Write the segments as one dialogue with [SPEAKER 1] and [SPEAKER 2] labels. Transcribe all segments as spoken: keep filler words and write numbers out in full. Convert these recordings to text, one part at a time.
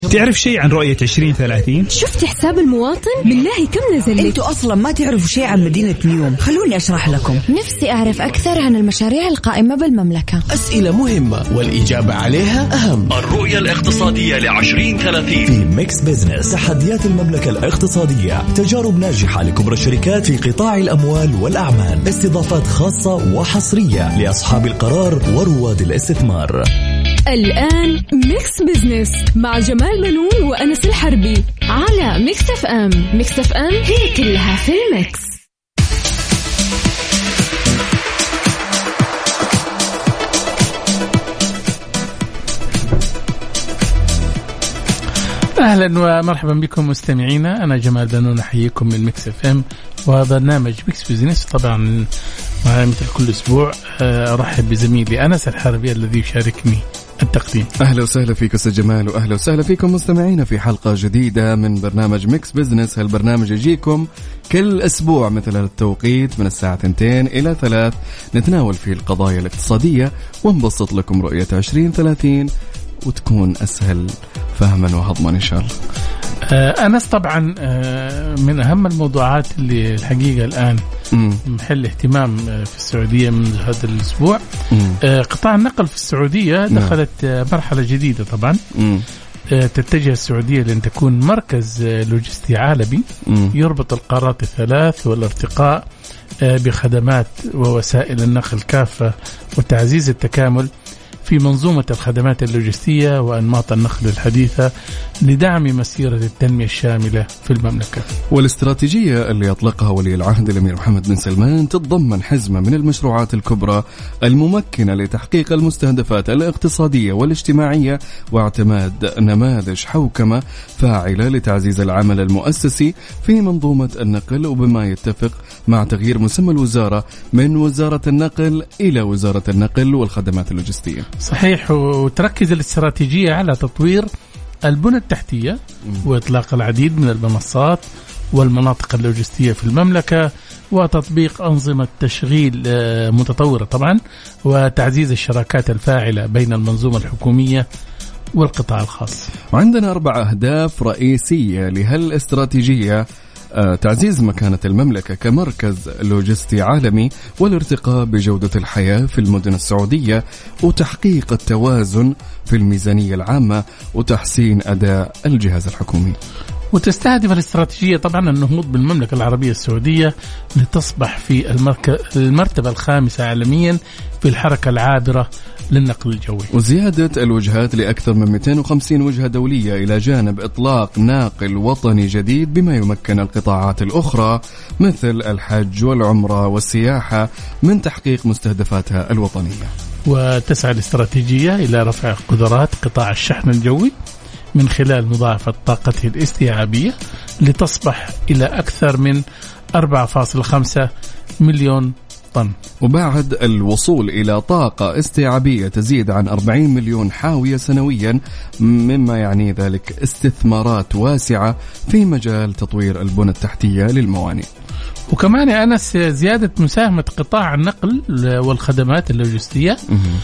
[SPEAKER 1] تعرف شيء عن رؤية عشرين ثلاثين؟
[SPEAKER 2] شفت حساب المواطن؟ بالله كم نزل لك؟
[SPEAKER 3] انتوا أصلا ما تعرفوا شيء عن مدينة نيوم، خلوني أشرح لكم.
[SPEAKER 2] نفسي أعرف أكثر عن المشاريع القائمة بالمملكة.
[SPEAKER 4] أسئلة مهمة والإجابة عليها أهم.
[SPEAKER 5] الرؤية الاقتصادية لعشرين ثلاثين
[SPEAKER 6] في ميكس بزنس. تحديات المملكة الاقتصادية، تجارب ناجحة لكبرى الشركات في قطاع الأموال والأعمال، استضافات خاصة وحصرية لأصحاب القرار ورواد الاستثمار.
[SPEAKER 2] الآن ميكس بزنس مع جمال منون وأنس الحربي على ميكس اف ام. ميكس اف ام هي كلها في الميكس.
[SPEAKER 7] أهلا ومرحبا بكم مستمعينا، أنا جمال منون أحييكم من ميكس اف ام وبرنامج ميكس بزنس. طبعا مثل كل أسبوع أرحب بزميلي أنس الحربي الذي يشاركني التقديم.
[SPEAKER 8] أهلا وسهلا فيك أستاذ جمال، وأهلا وسهلا فيكم مستمعينا في حلقة جديدة من برنامج ميكس بزنس. هالبرنامج يجيكم كل أسبوع مثل التوقيت من الساعة اثنتين إلى ثلاث، نتناول فيه القضايا الاقتصادية ونبسط لكم رؤية عشرين ثلاثين وتكون أسهل فهما وهضما إن شاء الله.
[SPEAKER 7] أنس طبعا من أهم الموضوعات اللي الحقيقة الآن مم. محل اهتمام في السعودية من هذا الأسبوع مم. قطاع النقل في السعودية دخلت مم. مرحلة جديدة طبعا مم. تتجه السعودية لأن تكون مركز لوجستي عالمي مم. يربط القارات الثلاث والارتقاء بخدمات ووسائل النقل كافة وتعزيز التكامل في منظومة الخدمات اللوجستية وأنماط النقل الحديثة لدعم مسيرة التنمية الشاملة في المملكة.
[SPEAKER 8] والاستراتيجية اللي أطلقها ولي العهد الأمير محمد بن سلمان تتضمن حزمة من المشروعات الكبرى الممكنة لتحقيق المستهدفات الاقتصادية والاجتماعية واعتماد نماذج حوكمة فاعلة لتعزيز العمل المؤسسي في منظومة النقل، وبما يتفق مع تغيير مسمى الوزارة من وزارة النقل إلى وزارة النقل والخدمات اللوجستية.
[SPEAKER 7] صحيح، وتركز الاستراتيجية على تطوير البنى التحتية وإطلاق العديد من المنصات والمناطق اللوجستية في المملكة وتطبيق أنظمة تشغيل متطورة طبعا وتعزيز الشراكات الفاعلة بين المنظومة الحكومية والقطاع الخاص.
[SPEAKER 8] وعندنا أربع أهداف رئيسية لهالاستراتيجية: تعزيز مكانة المملكة كمركز لوجستي عالمي والارتقاء بجودة الحياة في المدن السعودية وتحقيق التوازن في الميزانية العامة وتحسين أداء الجهاز الحكومي.
[SPEAKER 7] وتستهدف الاستراتيجية طبعا النهوض بالمملكة العربية السعودية لتصبح في المرتبة الخامسة عالميا في الحركة العابرة للنقل الجوي،
[SPEAKER 8] وزيادة الوجهات لأكثر من مئتين وخمسين وجهة دولية إلى جانب إطلاق ناقل وطني جديد بما يمكن القطاعات الأخرى مثل الحج والعمرة والسياحة من تحقيق مستهدفاتها الوطنية.
[SPEAKER 7] وتسعى الاستراتيجية إلى رفع قدرات قطاع الشحن الجوي من خلال مضاعفة طاقته الاستيعابية لتصبح إلى أكثر من أربعة فاصلة خمسة مليون طن،
[SPEAKER 8] وبعد الوصول إلى طاقة استيعابية تزيد عن أربعين مليون حاوية سنويا، مما يعني ذلك استثمارات واسعة في مجال تطوير البنى التحتية للموانئ.
[SPEAKER 7] وكمان يا أنس زيادة مساهمة قطاع النقل والخدمات اللوجستية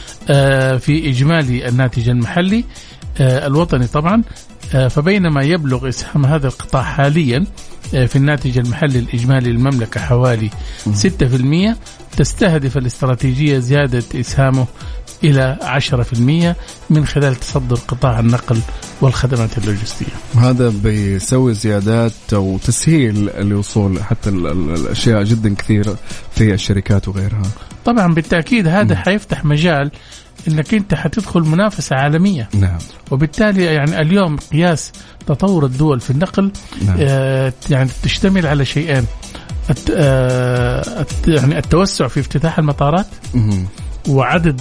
[SPEAKER 7] في إجمالي الناتج المحلي الوطني طبعا. فبينما يبلغ إسهام هذا القطاع حاليا في الناتج المحلي الإجمالي للمملكة حوالي ستة بالمئة، تستهدف الاستراتيجية زيادة إسهامه إلى عشرة بالمئة من خلال تصدر قطاع النقل والخدمات اللوجستية.
[SPEAKER 8] هذا بيسوي زيادات أو تسهيل الوصول حتى الأشياء جدا كثيرة في الشركات وغيرها.
[SPEAKER 7] طبعا بالتأكيد هذا حيفتح مجال إنك أنت حتدخل منافسة عالمية.
[SPEAKER 8] نعم.
[SPEAKER 7] وبالتالي يعني اليوم قياس تطور الدول في النقل نعم. آه يعني تشتمل على شيئين: الت آه يعني التوسع في افتتاح المطارات مم. وعدد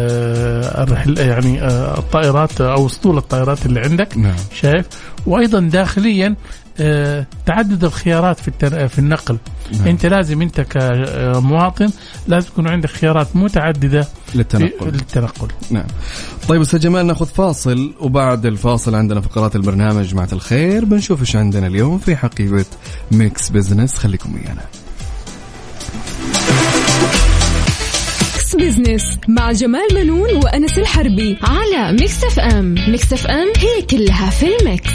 [SPEAKER 7] آه يعني آه الطائرات أو اسطول الطائرات اللي عندك نعم. شايف، وأيضا داخليا آه تعدد الخيارات في في النقل نعم. أنت لازم أنت كمواطن لازم يكون عندك خيارات متعددة
[SPEAKER 8] للتنقل.
[SPEAKER 7] للتنقل.
[SPEAKER 8] نعم. طيب أستاذ جمال، ناخذ فاصل وبعد الفاصل عندنا فقرات البرنامج جماعة الخير، بنشوف إيش عندنا اليوم في حقيبة ميكس بزنس. خليكم ويانا.
[SPEAKER 2] ميكس بزنس مع جمال منون وأنس الحربي على ميكس اف ام. ميكس اف ام هي كلها في الميكس.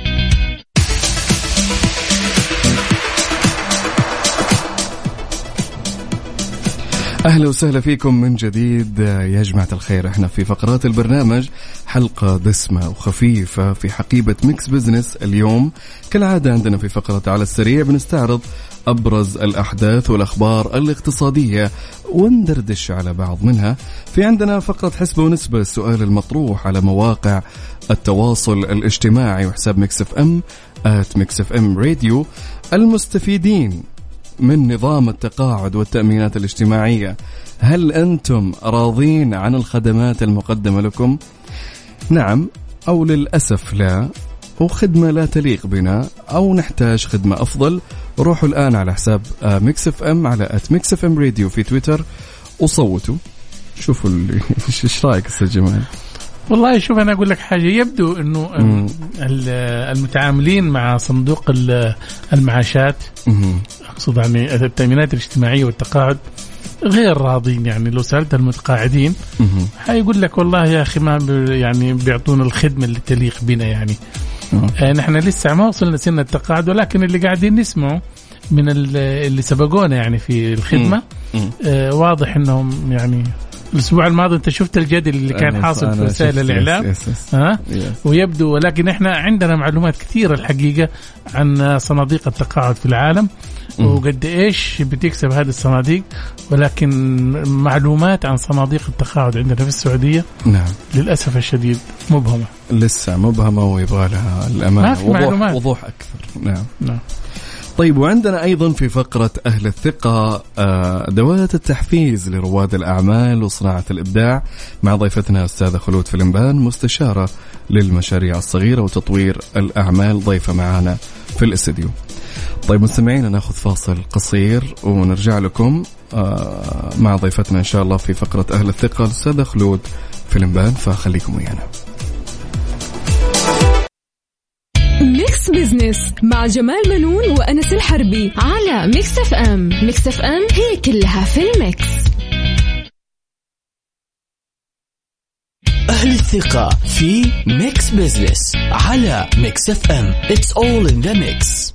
[SPEAKER 8] أهلا وسهلا فيكم من جديد يا جماعة الخير. احنا في فقرات البرنامج حلقة دسمة وخفيفة في حقيبة ميكس بزنس. اليوم كالعادة عندنا في فقرة على السريع بنستعرض أبرز الأحداث والأخبار الاقتصادية وندردش على بعض منها. في عندنا فقرة حسبة ونسبة، السؤال المطروح على مواقع التواصل الاجتماعي وحساب ميكس اف ام آت ميكس اف ام راديو. المستفيدين من نظام التقاعد والتأمينات الاجتماعية، هل أنتم راضين عن الخدمات المقدمة لكم؟ نعم أو للأسف لا، أو خدمة لا تليق بنا، أو نحتاج خدمة أفضل؟ روحوا الآن على حساب ميكس اف ام على ات ميكس اف ام راديو في تويتر وصوتوا شوفوا اللي ايش رايك استاذ جمال؟
[SPEAKER 7] والله شوف أنا أقول لك حاجة، يبدو أنه المتعاملين مع صندوق المعاشات أقصد يعني التأمينات الاجتماعية والتقاعد غير راضين. يعني لو سألت المتقاعدين هيقول لك والله يا أخي ما يعني بيعطونا الخدمة اللي تليق بنا. يعني آه نحن لسه ما وصلنا سن التقاعد، ولكن اللي قاعدين نسمعه من اللي سبقونا يعني في الخدمة آه واضح أنهم يعني الأسبوع الماضي أنت شفت الجدل اللي كان حاصل في وسائل الإعلام يس يس ها يس. ويبدو ولكن إحنا عندنا معلومات كثيرة الحقيقة عن صناديق التقاعد في العالم م. وقد إيش بتكسب هذه الصناديق، ولكن معلومات عن صناديق التقاعد عندنا في السعودية نعم للأسف الشديد مبهمة، لسه
[SPEAKER 8] مبهمة ويبغى لها الأمانة وضوح, وضوح أكثر. نعم نعم. طيب وعندنا أيضا في فقرة أهل الثقة أدوات التحفيز لرواد الأعمال وصناعة الإبداع مع ضيفتنا أستاذة خلود فلمبان، مستشارة للمشاريع الصغيرة وتطوير الأعمال، ضيفة معنا في الاستديو. طيب مستمعين ناخذ فاصل قصير ونرجع لكم مع ضيفتنا إن شاء الله في فقرة أهل الثقة الأستاذة خلود فلمبان، فخليكم ويانا.
[SPEAKER 2] ميكس بزنس مع جمال منون وأنس الحربي على ميكس اف ام. ميكس اف ام هي كلها في الميكس.
[SPEAKER 4] أهل الثقة في ميكس بزنس على ميكس اف ام. It's all in the mix.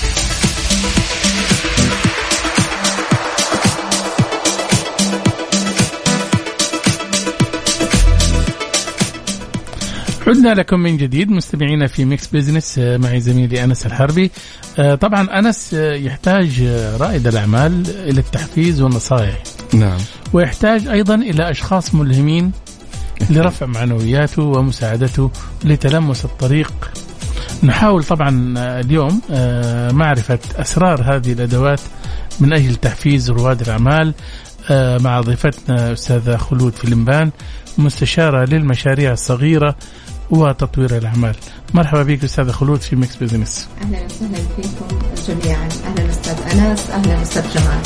[SPEAKER 7] عدنا لكم من جديد مستمعينا في ميكس بيزنس معي زميلي أنس الحربي. طبعا أنس يحتاج رائد الأعمال إلى التحفيز والنصائح
[SPEAKER 8] نعم،
[SPEAKER 7] ويحتاج أيضا إلى أشخاص ملهمين لرفع معنوياته ومساعدته لتلمس الطريق. نحاول طبعا اليوم معرفة أسرار هذه الأدوات من أجل تحفيز رواد الأعمال مع ضيفتنا أستاذة خلود فلمبان، مستشارة للمشاريع الصغيرة وتطوير الأعمال. مرحبا بك أستاذة خلود في ميكس بزنس.
[SPEAKER 9] أهلا وسهلا فيكم جميعا. أهلا أستاذ أنس، أهلا أستاذ جمال.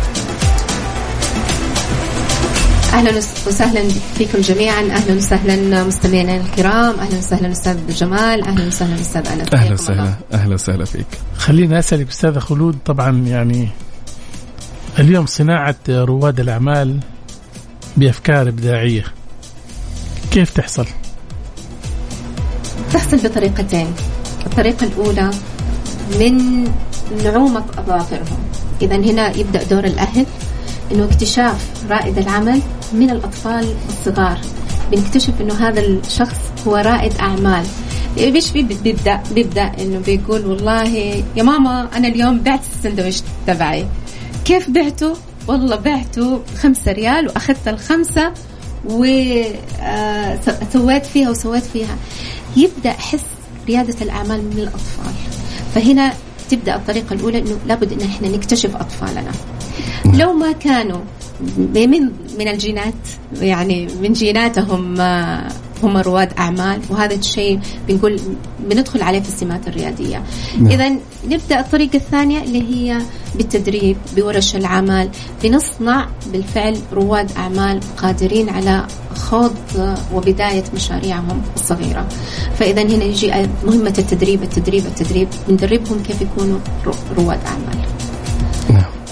[SPEAKER 9] أهلا وسهلا فيكم جميعا. أهلا وسهلا مستمعينا الكرام. أهلا وسهلا أستاذ جمال. أهلا وسهلا أستاذ أنس.
[SPEAKER 8] أهلا وسهلا. أهلا وسهلا فيك.
[SPEAKER 7] خلينا أسألك أستاذة خلود، طبعا يعني اليوم صناعة رواد الأعمال بأفكار إبداعية كيف تحصل؟
[SPEAKER 9] تحصل بطريقتين. الطريقة الأولى من نعومة أظافرهم. إذا هنا يبدأ دور الأهل إنه اكتشاف رائد العمل من الأطفال الصغار. بنكتشف إنه هذا الشخص هو رائد أعمال. بيش بيبدأ بيبدأ إنه بيقول والله يا ماما أنا اليوم بعت السندويش تبعي. كيف بعته؟ والله بعته خمسة ريال وأخذت الخمسة وسويت فيها وسويت فيها. يبدأ حس ريادة الأعمال من الأطفال. فهنا تبدأ الطريقة الأولى إنه لابد إن إحنا نكتشف أطفالنا لو ما كانوا من من الجينات، يعني من جيناتهم هم رواد أعمال، وهذا الشيء بنقول بندخل عليه في السمات الريادية. إذن نبدأ الطريقة الثانية اللي هي بالتدريب بورش العمل، بنصنع بالفعل رواد أعمال قادرين على خوض وبداية مشاريعهم الصغيرة. فإذا هنا يجي مهمة التدريب التدريب التدريب بندربهم كيف يكونوا رواد أعمال.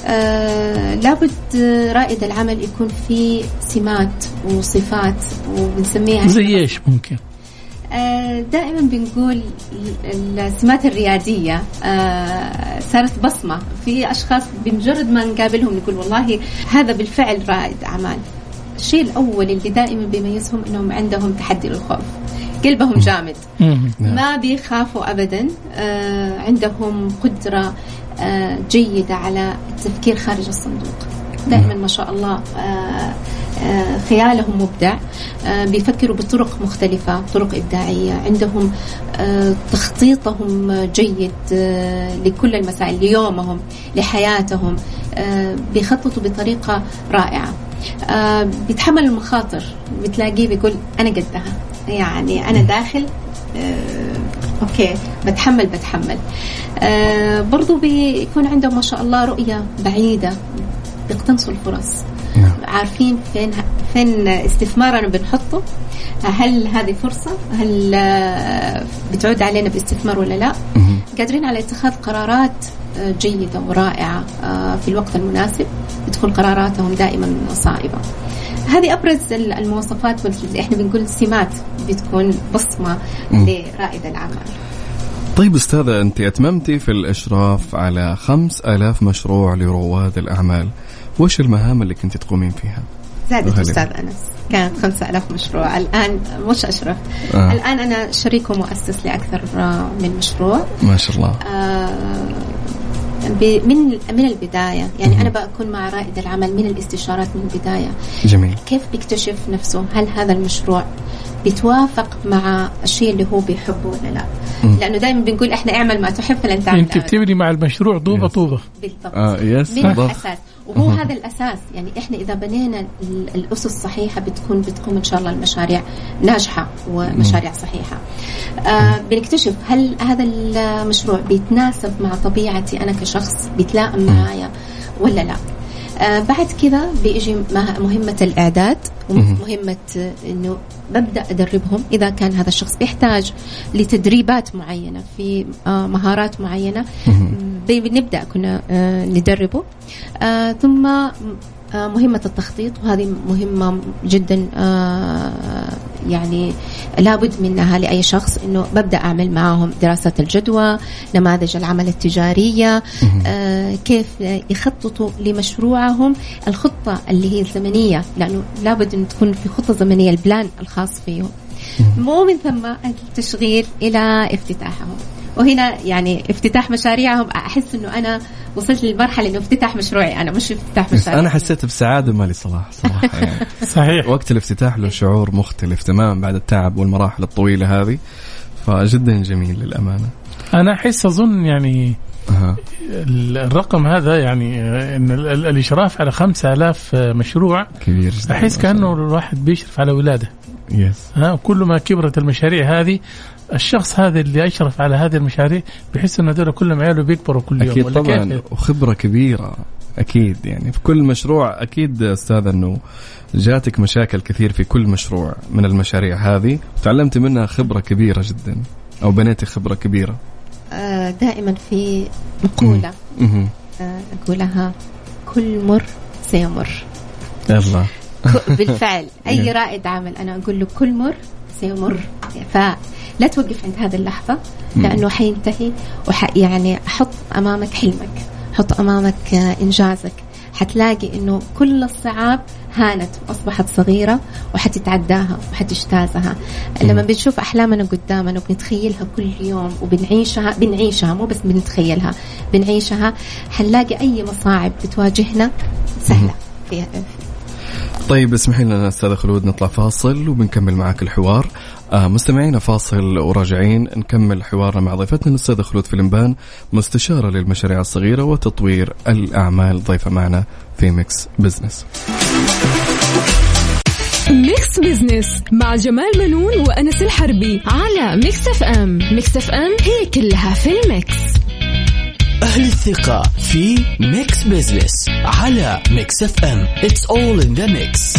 [SPEAKER 9] آه لابد رائد العمل يكون فيه سمات وصفات وبنسميها
[SPEAKER 7] زي إيش ممكن؟
[SPEAKER 9] آه دائما بنقول السمات الريادية آه صارت بصمة في أشخاص بمجرد ما نقابلهم نقول والله هذا بالفعل رائد أعمال. الشيء الأول اللي دائما بيميزهم إنهم عندهم تحدي للخوف، قلبهم جامد، ما بيخافوا أبدا، آه عندهم قدرة آه جيدة على التفكير خارج الصندوق، دائما ما شاء الله آه آه خيالهم مبدع، آه بيفكروا بطرق مختلفة، طرق إبداعية، عندهم آه تخطيطهم جيد آه لكل المسائل، ليومهم، لحياتهم، آه بيخططوا بطريقة رائعة، آه بيتحمل المخاطر، بتلاقيه بيقول أنا قدها، يعني أنا داخل آه أوكي بتحمل بتحمل آه برضو بيكون عندهم ما شاء الله رؤية بعيدة، بيقتنصوا الفرص، عارفين فين فين استثمارنا بنحطه، هل هذه فرصة، هل آه بتعود علينا باستثمار ولا لا، قادرين على اتخاذ قرارات آه جيدة ورائعة آه في الوقت المناسب، بتكون قراراتهم دائما صائبة. هذه أبرز المواصفات واللي إحنا بنقول سمات بتكون بصمة لرائد العمل.
[SPEAKER 8] طيب أستاذة، أنت أتممتي في الإشراف على خمس آلاف مشروع لرواد الأعمال، وش المهام اللي كنت تقومين فيها؟
[SPEAKER 9] زادت أستاذ أنس، كانت خمسة آلاف مشروع، الآن مش أشرف، آه. الآن أنا شريك ومؤسس لأكثر من مشروع
[SPEAKER 8] ما شاء الله.
[SPEAKER 9] آه من من البداية، يعني مم. أنا بكون مع رائد العمل من الاستشارات من البداية.
[SPEAKER 8] جميل.
[SPEAKER 9] كيف بيكتشف نفسه، هل هذا المشروع بيتوافق مع الشيء اللي هو بيحبه ولا لا؟ مم. لأنه دائما بنقول إحنا اعمل ما تحب فلن تعمل.
[SPEAKER 7] أنت بتبني مع المشروع طوبة طوبة.
[SPEAKER 9] بالضبط.
[SPEAKER 8] آه يس.
[SPEAKER 9] من الأساس، وهو مم. هذا الأساس، يعني إحنا إذا بنينا الأسس الصحيحة بتكون بتكون إن شاء الله المشاريع ناجحة ومشاريع صحيحة. آه بنكتشف هل هذا المشروع بيتناسب مع طبيعتي أنا كشخص، بيتلائم معايا ولا لا. آه بعد كذا بيجي مهمة الإعداد ومهمة إنه ببدأ أدربهم إذا كان هذا الشخص بيحتاج لتدريبات معينة في آه مهارات معينة، بنبدأ كنا آه ندربه. آه ثم آه مهمة التخطيط، وهذه مهمة جدا آه يعني لابد منها لأي شخص، إنه ببدأ أعمل معهم دراسة الجدوى، نماذج العمل التجارية، آه كيف يخططوا لمشروعهم، الخطة اللي هي الزمنية، لأنه لابد أن تكون في خطة زمنية، البلان الخاص فيهم، ومن ثم التشغيل إلى افتتاحهم. وهنا يعني افتتاح مشاريعهم، أحس إنه أنا وصلت للمرحلة إنه افتتاح مشروعي أنا، مش افتتاح مشاريع.
[SPEAKER 8] أنا حسيت بسعادة مالي صلاح صراحة يعني.
[SPEAKER 7] صحيح.
[SPEAKER 8] وقت الافتتاح له شعور مختلف تمام بعد التعب والمراحل الطويلة هذه، فجدا جميل للأمانة.
[SPEAKER 7] أنا أحس أظن يعني
[SPEAKER 8] أه.
[SPEAKER 7] الرقم هذا يعني إن الإشراف على خمسة آلاف مشروع
[SPEAKER 8] كبير،
[SPEAKER 7] أحس كأنه الواحد بيشرف على ولادة.
[SPEAKER 8] يس.
[SPEAKER 7] ها كل ما كبرت المشاريع هذه، الشخص هذا اللي يشرف على هذه المشاريع بيحس إن هذول كلهم عياله بيكبروا كل يوم.
[SPEAKER 8] أكيد طبعا، وخبرة كبيرة أكيد يعني في كل مشروع. أكيد أستاذ أنه جاتك مشاكل كثير في كل مشروع من المشاريع هذه، وتعلمت منها خبرة كبيرة جدا، أو بنيتي خبرة كبيرة.
[SPEAKER 9] آه دائما في مقولة آه أقولها، كل مر سيمر.
[SPEAKER 8] الله.
[SPEAKER 9] بالفعل أي رائد عمل أنا أقول له كل مر سيمر، فلا توقف عند هذه اللحظة، لأنه حينتهي، وح يعني حط أمامك حلمك، حط أمامك إنجازك، حتلاقي إنه كل الصعاب هانت وأصبحت صغيرة، وحتتعداها وحتجتازها. لما بنشوف أحلامنا قدامنا وبنتخيلها كل يوم وبنعيشها، بنعيشها مو بس بنتخيلها، بنعيشها، حنلاقي أي مصاعب بتواجهنا سهلة فيها.
[SPEAKER 8] طيب اسمحي لنا أستاذ خلود نطلع فاصل وبنكمل معك الحوار. آه مستمعين فاصل وراجعين نكمل حوارنا مع ضيفتنا الأستاذ خلود فلمبان، مستشارة للمشاريع الصغيرة وتطوير الأعمال، ضيفة معنا في ميكس بزنس.
[SPEAKER 2] ميكس بزنس مع جمال منون وأنس الحربي على ميكس اف ام. ميكس اف ام هي كلها في الميكس.
[SPEAKER 4] أهل الثقة في ميكس بزنس على ميكس اف ام. It's all in the mix.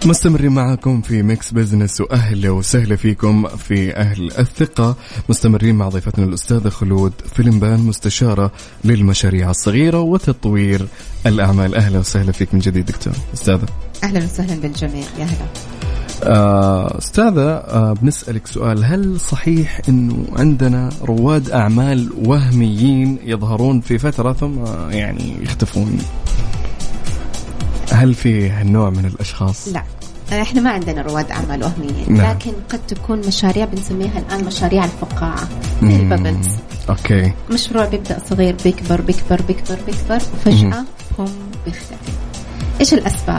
[SPEAKER 8] مستمرين معكم في ميكس بزنس، وأهلا وسهلا فيكم في أهل الثقة. مستمرين مع ضيفتنا الأستاذة خلود فيلمبان، مستشارة للمشاريع الصغيرة وتطوير الأعمال. أهلا وسهلا فيك من جديد دكتور. أستاذة
[SPEAKER 9] أهلا وسهلا بالجميع. يا هلا.
[SPEAKER 8] آه أستاذة، آه بنسألك سؤال: هل صحيح أنه عندنا رواد أعمال وهميين يظهرون في فترة ثم يعني يختفون؟ هل في هالنوع من الأشخاص؟
[SPEAKER 9] لا، احنا ما عندنا رواد اعمال وهميين. نعم. لكن قد تكون مشاريع بنسميها الان مشاريع الفقاعه، زي البابلز.
[SPEAKER 8] اوكي.
[SPEAKER 9] مشروع بيبدا صغير بيكبر بيكبر بيكبر بيكبر وفجاه هم بيختفي. ايش الاسباب؟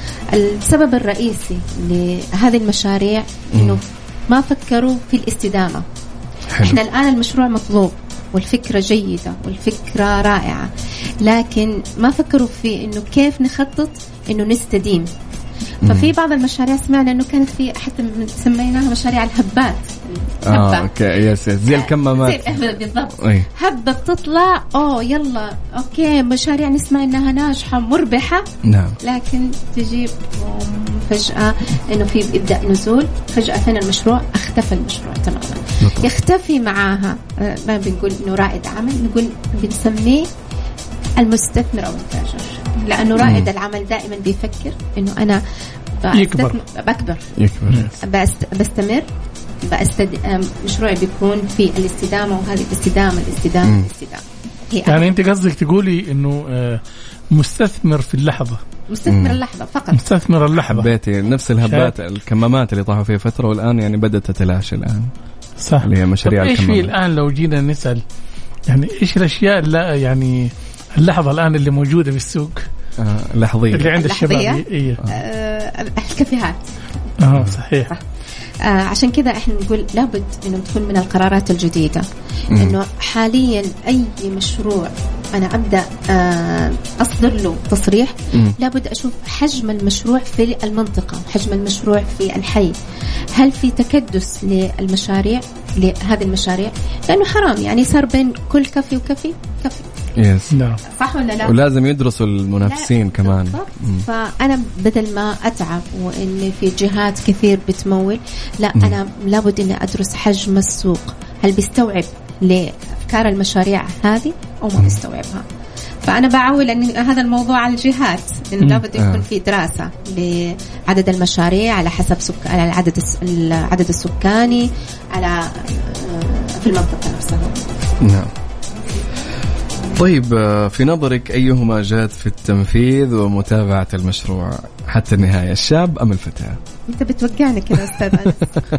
[SPEAKER 9] السبب الرئيسي لهذه المشاريع انه ما فكروا في الاستدامه. حلو. احنا الان المشروع مطلوب والفكرة جيدة والفكرة رائعة، لكن ما فكروا في إنه كيف نخطط إنه نستديم. ففي بعض المشاريع سمعنا إنه كانت في حتى سميناها مشاريع الهبات.
[SPEAKER 8] آه، أوكي، يس زي الكمامات
[SPEAKER 9] بالضبط. أي. هبة بتطلع، أوه يلا أوكي، مشاريع نسمع إنها ناجحة مربحة. نعم. لكن تجيب فجأة إنه في يبدأ نزول، فجأة ثاني المشروع اختفى المشروع تماما. نطلع. يختفي معاها، ما بنقول إنه رائد عمل، نقول بنسميه المستثمر أو التاجر، لأنه رائد مم. العمل دائما بيفكر إنه أنا
[SPEAKER 7] يكبر
[SPEAKER 9] بكبر
[SPEAKER 8] يكبر
[SPEAKER 9] بستمر بأستد... مشروعي بيكون في الاستدامة، وهذه الاستدامة الاستدامة مم. الاستدامة هي
[SPEAKER 7] يعني أهم. أنت قصدك تقولي إنه مستثمر في اللحظة،
[SPEAKER 9] مستثمر مم. اللحظة فقط،
[SPEAKER 7] مستثمر اللحظة.
[SPEAKER 8] بيتي نفس الهبات شايف. الكمامات اللي طاحوا فيها فترة والآن يعني بدأت تتلاشى الآن.
[SPEAKER 7] صح.
[SPEAKER 8] اللي هي مشاريع
[SPEAKER 7] الكمامات.
[SPEAKER 8] إيش
[SPEAKER 7] في الآن لو جينا نسأل يعني إيش الأشياء اللي يعني اللحظة الآن اللي موجودة في السوق
[SPEAKER 8] آه لحظية
[SPEAKER 7] اللي عند الشباب؟ إيه.
[SPEAKER 9] آه الكافيهات.
[SPEAKER 7] آه صحيح.
[SPEAKER 9] آه عشان كذا احنا نقول لابد انه تكون من القرارات الجديدة انه حاليا اي مشروع انا ابدا آه اصدر له تصريح مم. لابد اشوف حجم المشروع في المنطقة، حجم المشروع في الحي، هل في تكدس للمشاريع لهذه المشاريع، لانه حرام يعني صار بين كل كافي وكافي كافي.
[SPEAKER 8] يس.
[SPEAKER 7] لا.
[SPEAKER 9] صح ولا لا؟
[SPEAKER 8] ولازم يدرسوا المنافسين كمان.
[SPEAKER 9] فأنا بدل ما أتعب وإن في جهات كثير بتمول، لا م. أنا لابد إني أدرس حجم السوق، هل بيستوعب لأفكار المشاريع هذه أو ما بيستوعبها. فأنا بعول أن هذا الموضوع على الجهات، لأنه لابد يكون آه. في دراسة لعدد المشاريع على حسب سك... على العدد العدد السكاني على في المنطقة نفسها.
[SPEAKER 8] نعم. طيب، في نظرك أيهما جاد في التنفيذ ومتابعة المشروع حتى النهاية، الشاب أم الفتاة؟
[SPEAKER 9] أنت بتوقعني كده أستاذ أنس.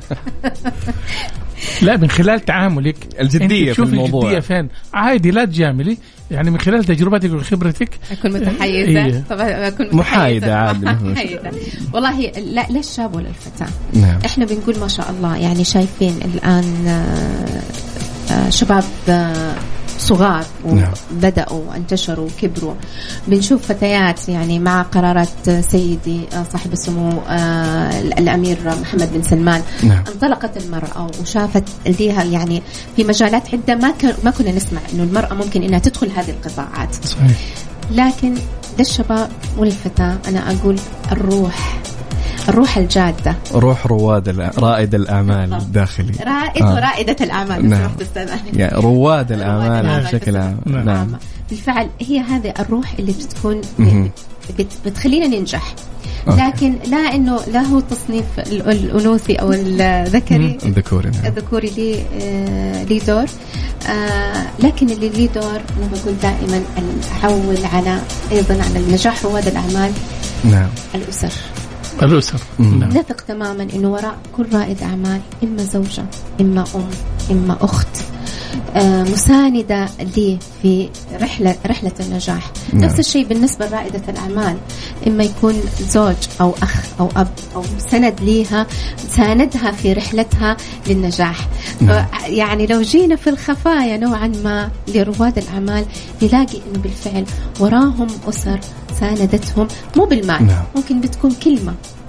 [SPEAKER 7] لا، من خلال تعاملك
[SPEAKER 8] الجدية في الموضوع.
[SPEAKER 7] الجدية فين؟ عادي لا تجاملي، يعني من خلال تجربتك وخبرتك
[SPEAKER 9] أكون متحيزة.
[SPEAKER 7] إيه؟
[SPEAKER 9] طبعا أكون
[SPEAKER 8] محايدة عادي.
[SPEAKER 9] محايدة. والله لا لا الشاب ولا الفتاة.
[SPEAKER 8] نعم.
[SPEAKER 9] إحنا بنقول ما شاء الله، يعني شايفين الآن شباب صغار وبدأوا وانتشروا وكبروا. بنشوف فتيات يعني مع قرارات سيدي صاحب السمو الأمير محمد بن سلمان. نعم. انطلقت المرأة وشافت ليها يعني في مجالات عدة ما كان ما كنا نسمع إنه المرأة ممكن إنها تدخل هذه القطاعات. صحيح. لكن للشباب والفتاة أنا أقول الروح الروح الجادة،
[SPEAKER 8] روح رواد رائد الأعمال الداخلي،
[SPEAKER 9] رائد آه. ورائدة الأعمال.
[SPEAKER 8] نعم. يعني رواد الأعمال بشكل عام.
[SPEAKER 9] نعم. بالفعل هي هذه الروح اللي بتكون بت بتخلينا ننجح. أوكي. لكن لا إنه لا هو تصنيف الأنوثي أو الذكري
[SPEAKER 8] الذكوري. نعم.
[SPEAKER 9] الذكوري لي آه لي دور، آه لكن اللي لي دور أنا بقول دائما أحول على أيضا على النجاح رواد الأعمال.
[SPEAKER 8] نعم.
[SPEAKER 9] الأسر
[SPEAKER 7] الأسر.
[SPEAKER 9] نثق تماما إنه وراء كل رائد أعمال إما زوجة إما أم إما أخت آه مساندة لي في رحلة رحلة النجاح. نعم. نفس الشيء بالنسبة لرائدة الأعمال، إما يكون زوج أو أخ أو أب أو سند ليها ساندها في رحلتها للنجاح. نعم. يعني لو جينا في الخفايا نوعا ما لرواد الأعمال نلاقي إنه بالفعل وراهم أسر ساندتهم، مو بالمال. نعم. ممكن بتكون كلمة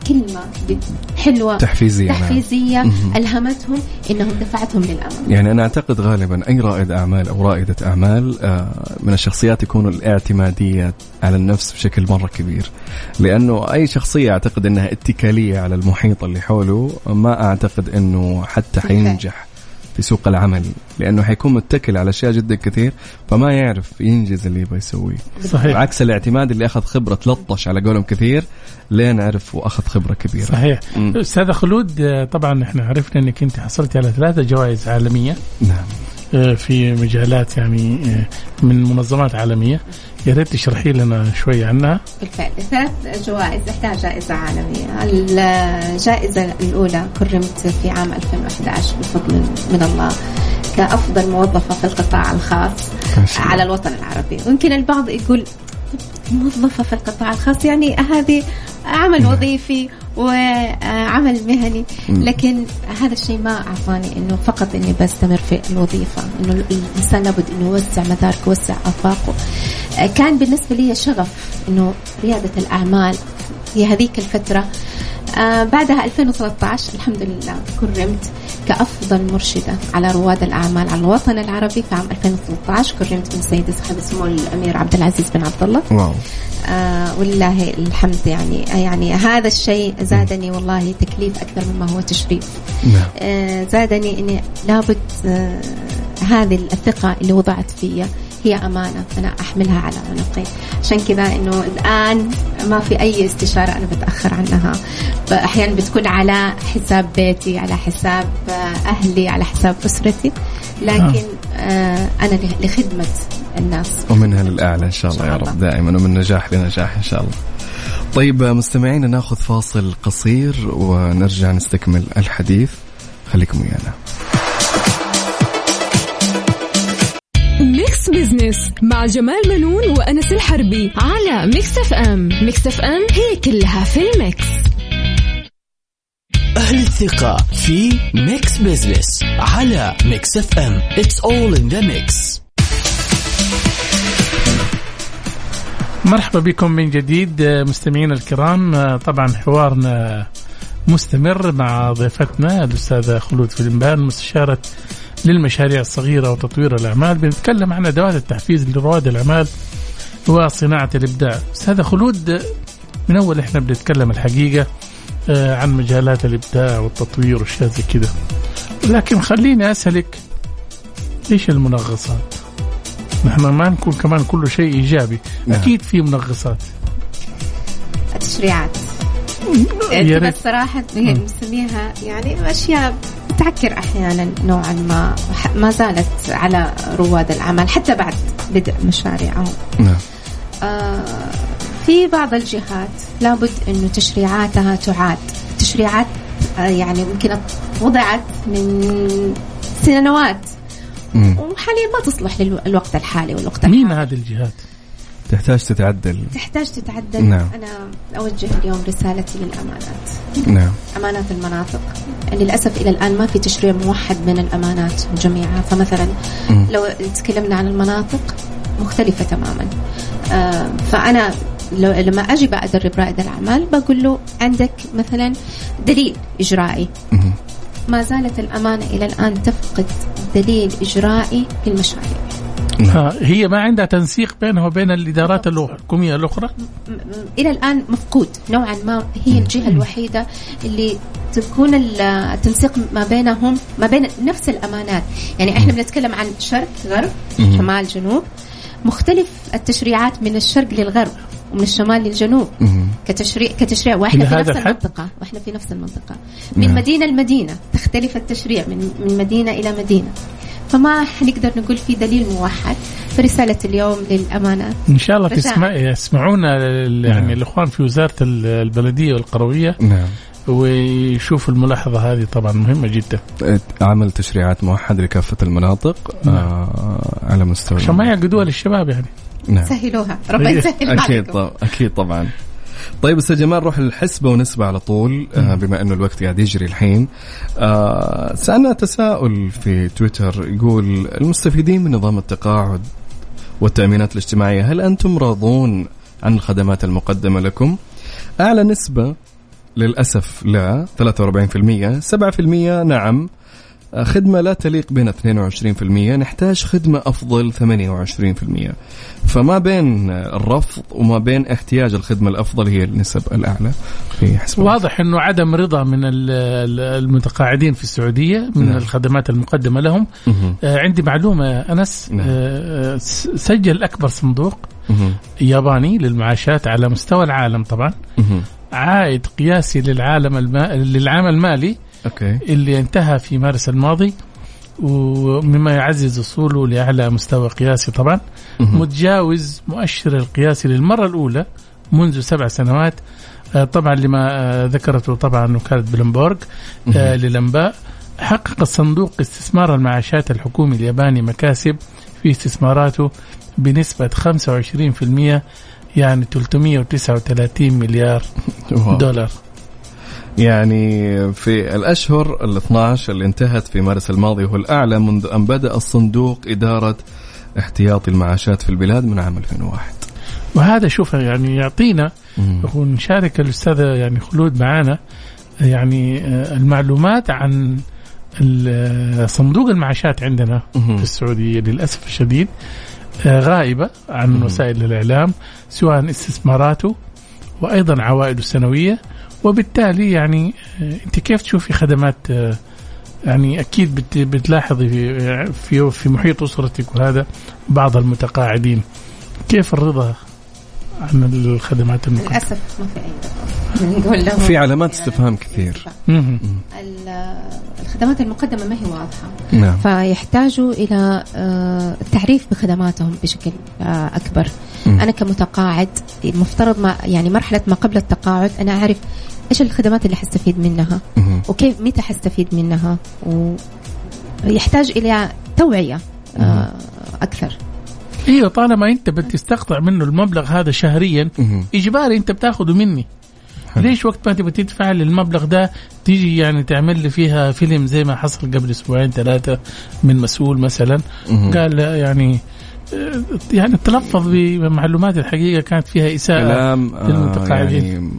[SPEAKER 9] كلمة حلوة
[SPEAKER 8] تحفيزية,
[SPEAKER 9] تحفيزية نعم. ألهمتهم إنهم دفعتهم للأمام.
[SPEAKER 8] يعني أنا أعتقد غالبا أي رائد أعمال أو رائدة أعمال من الشخصيات يكون الاعتمادية على النفس بشكل مرة كبير، لأنه أي شخصية أعتقد أنها اتكالية على المحيط اللي حوله ما أعتقد أنه حتى حينجح في سوق العمل، لأنه حيكون متكل على أشياء جدا كثير فما يعرف ينجز اللي يبغى يسويه.
[SPEAKER 7] صحيح.
[SPEAKER 8] عكس الاعتماد اللي أخذ خبرة لطش على قولهم كثير لين عرف وأخذ خبرة كبيرة.
[SPEAKER 7] صحيح. أستاذ خلود، طبعا إحنا عرفنا أنك أنت حصلتي على ثلاثة جوائز عالمية.
[SPEAKER 8] نعم. في
[SPEAKER 7] مجالات يعني من منظمات عالمية، يا ريت تشرحي لنا شوي عنها.
[SPEAKER 9] بالفعل ثلاث جوائز، إحدى جائزة عالمية. الجائزة الأولى كرمت في عام ألفين وأحد عشر بفضل من الله كأفضل موظفة في القطاع الخاص على الوطن العربي. ويمكن البعض يقول موظفة في القطاع الخاص يعني هذه عمل وظيفي وعمل مهني، لكن هذا الشيء ما أعطاني إنه فقط إني بستمر في الوظيفة، إنه الإنسان لابد إنه يوسع مداركه ويوسع آفاقه. كان بالنسبة لي شغف إنه ريادة الأعمال في هذيك الفترة. آه بعدها ألفين وثلاثة عشر الحمد لله كرمت كأفضل مرشدة على رواد الأعمال على الوطن العربي. في عام ألفين وثلاثة عشر كرمت من سيدة صاحب السمو الأمير عبد العزيز بن عبد الله.
[SPEAKER 8] واو.
[SPEAKER 9] آه والله الحمد. يعني يعني هذا الشيء زادني والله تكليف أكثر مما هو تشريف. آه زادني إني لابد آه هذه الثقة اللي وضعت فيها هي أمانة أنا أحملها على عنقي. عشان كذا إنه الآن ما في أي استشارة أنا بتأخر عنها. أحيانا بتكون على حساب بيتي، على حساب أهلي، على حساب أسرتي، لكن آه أنا لخدمة الناس
[SPEAKER 8] ومنها للأعلى إن شاء الله يا رب دائما، ومن نجاح لنجاح إن شاء الله. طيب مستمعين، ناخذ فاصل قصير ونرجع نستكمل الحديث، خليكم ويانا.
[SPEAKER 2] ميكس بزنس مع جمال منون وأنس الحربي على ميكس اف ام. ميكس اف ام هي كلها في الميكس.
[SPEAKER 4] أهل الثقة في ميكس بزنس على ميكس اف ام. It's all in the mix.
[SPEAKER 7] مرحبا بكم من جديد مستمعين الكرام. طبعا حوارنا مستمر مع ضيفتنا الأستاذة خلود فلمبان، مستشارة للمشاريع الصغيرة وتطوير الأعمال. بنتكلم عن أدوات التحفيز لرواد الأعمال وصناعة الإبداع. أستاذة خلود، من أول إحنا بنتكلم الحقيقة عن مجالات الإبداع والتطوير والشيء زي كده، لكن خليني أسألك إيش المنغصات؟ نحن ما نكون كمان كل شيء إيجابي. أكيد في منغصات.
[SPEAKER 9] التشريعات الصراحة نسميها يعني أشياء تعكر أحيانا نوعا ما، ما زالت على رواد الأعمال حتى بعد بدء مشاريعهم.
[SPEAKER 8] نعم.
[SPEAKER 9] آه في بعض الجهات لابد إنه تشريعاتها تعاد. تشريعات آه يعني ممكن وضعت من سنوات وحاليا ما تصلح للوقت الحالي والوقت الحالي.
[SPEAKER 7] مين هذه الجهات؟
[SPEAKER 8] تحتاج تتعدل.
[SPEAKER 9] تحتاج تتعدل.
[SPEAKER 8] نعم.
[SPEAKER 9] أنا أوجه اليوم رسالتي للأمانات.
[SPEAKER 8] نعم.
[SPEAKER 9] أمانات المناطق للأسف إلى الآن ما في تشريع موحد من الأمانات جميعها. فمثلا م. لو تكلمنا عن المناطق مختلفة تماما. آه فأنا لو لما أجي بأدرب رائد الأعمال بقول له عندك مثلا دليل إجرائي. م. ما زالت الأمانة إلى الآن تفقد دليل إجرائي في المشاريع.
[SPEAKER 7] هي ما عندها تنسيق بينها وبين الإدارات الحكومية الأخرى
[SPEAKER 9] إلى الآن مفقود نوعا ما. هي الجهة الوحيدة اللي تكون التنسيق ما بينهم ما بين نفس الأمانات. يعني إحنا بنتكلم عن شرق غرب شمال جنوب، مختلف التشريعات من الشرق للغرب ومن الشمال للجنوب كتشريع كتشريع واحنا في نفس المنطقة واحنا في نفس المنطقة. من مدينة لمدينة تختلف التشريع من من مدينة إلى مدينة. فما نقدر نقول في دليل موحد. فرسالة اليوم للأمانة
[SPEAKER 7] إن شاء الله تسمع يسمعونا يعني الإخوان في وزارة البلدية والقروية.
[SPEAKER 8] نعم.
[SPEAKER 7] ويشوفوا الملاحظة هذه طبعا مهمة جدا.
[SPEAKER 8] عمل تشريعات موحدة لكافة المناطق. نعم. آه على مستوى
[SPEAKER 7] عشان ما يعقدوها للشباب يعني.
[SPEAKER 8] نعم.
[SPEAKER 9] سهلوها ربنا يسهل.
[SPEAKER 8] أكيد طبعا. أكيد طبعا. طيب أستاذ جمال، نروح للحسبة ونسبة على طول. آه بما أنه الوقت قاعد يجري الحين. آه سألنا تساؤل في تويتر يقول: المستفيدين من نظام التقاعد والتأمينات الاجتماعية، هل أنتم راضون عن الخدمات المقدمة لكم؟ أعلى نسبة للأسف لا ثلاثة وأربعين بالمئة. سبعة بالمئة نعم خدمة لا تليق بنا اثنين وعشرين بالمئة. نحتاج خدمة أفضل ثمانية وعشرين بالمئة. فما بين الرفض وما بين احتياج الخدمة الأفضل هي النسب الأعلى في حسب.
[SPEAKER 7] واضح أنه عدم رضا من المتقاعدين في السعودية من نعم. الخدمات المقدمة لهم. آه عندي معلومة أنس. نعم. آه سجل أكبر صندوق مه. ياباني للمعاشات على مستوى العالم طبعا مه. عائد قياسي للعالم الما... للعام المالي أوكي. اللي انتهى في مارس الماضي ومما يعزز وصوله لأعلى مستوى قياسي طبعا مه. متجاوز مؤشر القياسي للمرة الأولى منذ سبع سنوات. طبعا لما ذكرته طبعا وكالة بلومبورغ للأنباء. حقق الصندوق استثمار المعاشات الحكومي الياباني مكاسب في استثماراته بنسبة خمسة وعشرين بالمئة يعني ثلاثمئة وتسعة وثلاثين مليار دولار.
[SPEAKER 8] يعني في الأشهر الاثنى عشر اللي انتهت في مارس الماضي هو الأعلى منذ أن بدأ الصندوق إدارة احتياطي المعاشات في البلاد من عام ألفين وواحد.
[SPEAKER 7] وهذا شوف يعني يعطينا ونشارك الأستاذة يعني خلود معانا يعني المعلومات عن صندوق المعاشات عندنا في السعودية للأسف الشديد غائبة عن وسائل الإعلام سواء استثماراته وأيضا عوائده السنوية. وبالتالي يعني أنت كيف تشوفي خدمات يعني أكيد بتلاحظي في في في محيط أسرتك وهذا بعض المتقاعدين كيف الرضا عن الخدمات المقدمة؟
[SPEAKER 9] للأسف ما في أي نقول لهم
[SPEAKER 8] في علامات استفهام كثير.
[SPEAKER 9] الخدمات المقدمة ما هي واضحة
[SPEAKER 8] نعم.
[SPEAKER 9] فيحتاجوا إلى التعريف بخدماتهم بشكل أكبر. مم. أنا كمتقاعد المفترض ما يعني مرحلة ما قبل التقاعد أنا أعرف إيش الخدمات اللي حستفيد منها مم. وكيف متى حستفيد منها ويحتاج إلى توعية مم. أكثر.
[SPEAKER 7] ايوه طالما انت بتستقطع منه المبلغ هذا شهريا اجباري انت بتاخده مني. حلو. ليش وقت ما تبي تدفع للمبلغ ده تيجي يعني تعمل لي فيها فيلم زي ما حصل قبل اسبوعين ثلاثه من مسؤول مثلا مم. قال يعني يعني تلفظ بمعلومات الحقيقه كانت فيها اساءه للمتقاعدين. يعني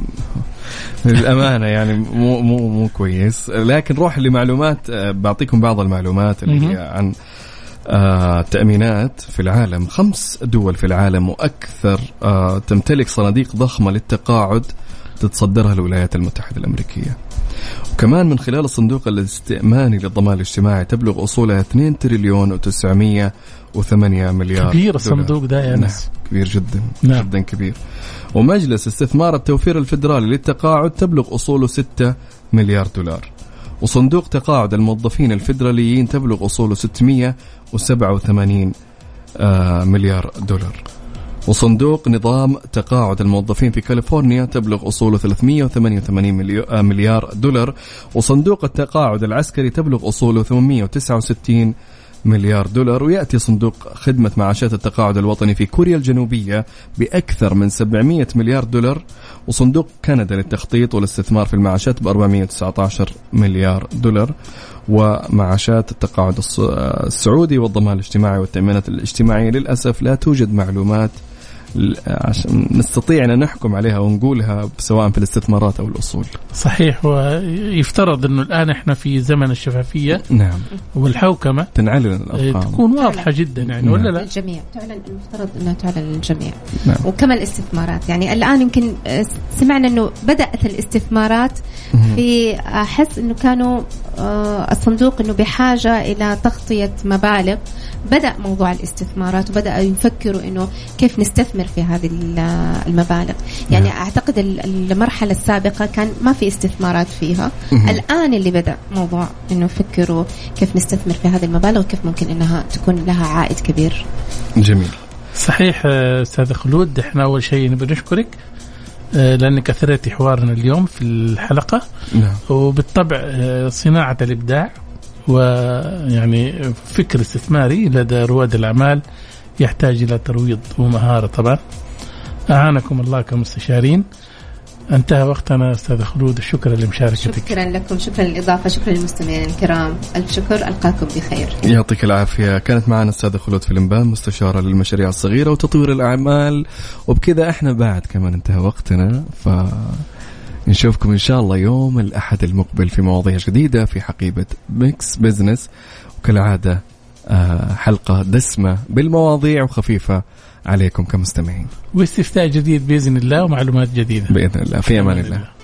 [SPEAKER 8] للأمانة يعني مو مو مو كويس. لكن روح لمعلومات بعطيكم بعض المعلومات اللي هي عن آه، تأمينات في العالم. خمس دول في العالم وأكثر آه، تمتلك صناديق ضخمة للتقاعد تتصدرها الولايات المتحدة الأمريكية. وكمان من خلال الصندوق الاستئماني للضمان الاجتماعي تبلغ أصولها اثنين تريليون وتسعمية وثمانية مليار.
[SPEAKER 7] كبير الصندوق ده يا ناس.
[SPEAKER 8] نعم كبير جدا.
[SPEAKER 7] نعم.
[SPEAKER 8] جدا كبير. ومجلس استثمار التوفير الفيدرالي للتقاعد تبلغ أصوله ستة مليار دولار. وصندوق تقاعد الموظفين الفيدراليين تبلغ أصوله ستمية وسبعة وثمانين مليار دولار. وصندوق نظام تقاعد الموظفين في كاليفورنيا تبلغ أصوله ثلاثمية وثمانية وثمانين مليار دولار. وصندوق التقاعد العسكري تبلغ أصوله ثمانمية وتسعة وستين مليار دولار. ويأتي صندوق خدمة معاشات التقاعد الوطني في كوريا الجنوبية بأكثر من سبعمية مليار دولار. وصندوق كندا للتخطيط والاستثمار في المعاشات بأربعمية وتسعة عشر مليار دولار. ومعاشات التقاعد السعودي والضمان الاجتماعي والتأمينات الاجتماعية للأسف لا توجد معلومات عشان نستطيع أن نحكم عليها ونقولها سواء في الاستثمارات أو الأصول.
[SPEAKER 7] صحيح. ويفترض أنه الآن إحنا في زمن الشفافية
[SPEAKER 8] نعم
[SPEAKER 7] والحوكمة
[SPEAKER 8] تنعلن الأرقام
[SPEAKER 7] تكون واضحة جدا يعني
[SPEAKER 9] نعم.
[SPEAKER 7] ولا لا
[SPEAKER 9] الجميع تعلن المفترض أنها تعلن للجميع
[SPEAKER 8] نعم.
[SPEAKER 9] وكما الاستثمارات يعني الآن يمكن سمعنا أنه بدأت الاستثمارات في أحس أنه كانوا الصندوق أنه بحاجة إلى تغطية مبالغ. بدأ موضوع الاستثمارات وبدأ يفكروا أنه كيف نستثمر في هذه المبالغ يعني نعم. أعتقد المرحلة السابقة كان ما في استثمارات فيها. الآن اللي بدأ موضوع أنه فكروا كيف نستثمر في هذه المبالغ وكيف ممكن أنها تكون لها عائد كبير.
[SPEAKER 8] جميل.
[SPEAKER 7] صحيح أستاذ خلود. إحنا أول شيء نبي نشكرك لأنك أثرتي حوارنا اليوم في الحلقة
[SPEAKER 8] نعم.
[SPEAKER 7] وبالطبع صناعة الإبداع ويعني فكر استثماري لدى رواد الأعمال يحتاج إلى ترويض ومهارة طبعا. أعانكم الله كمستشارين. انتهى وقتنا أستاذ خلود. الشكر لمشاركتك.
[SPEAKER 9] شكرا لكم. شكرا للإضافة. شكرا للمستمعين الكرام. ألف شكر. ألقاكم بخير.
[SPEAKER 8] يعطيك العافية. كانت معنا أستاذ خلود في الإنبان مستشارة للمشاريع الصغيرة وتطوير الأعمال. وبكذا احنا بعد كمان انتهى وقتنا ف نشوفكم إن شاء الله يوم الأحد المقبل في مواضيع جديدة في حقيبة ميكس بزنس، وكالعادة حلقة دسمة بالمواضيع وخفيفة عليكم كمستمعين،
[SPEAKER 7] واستفتاء جديد بإذن الله ومعلومات جديدة
[SPEAKER 8] بإذن الله. في أمان الله.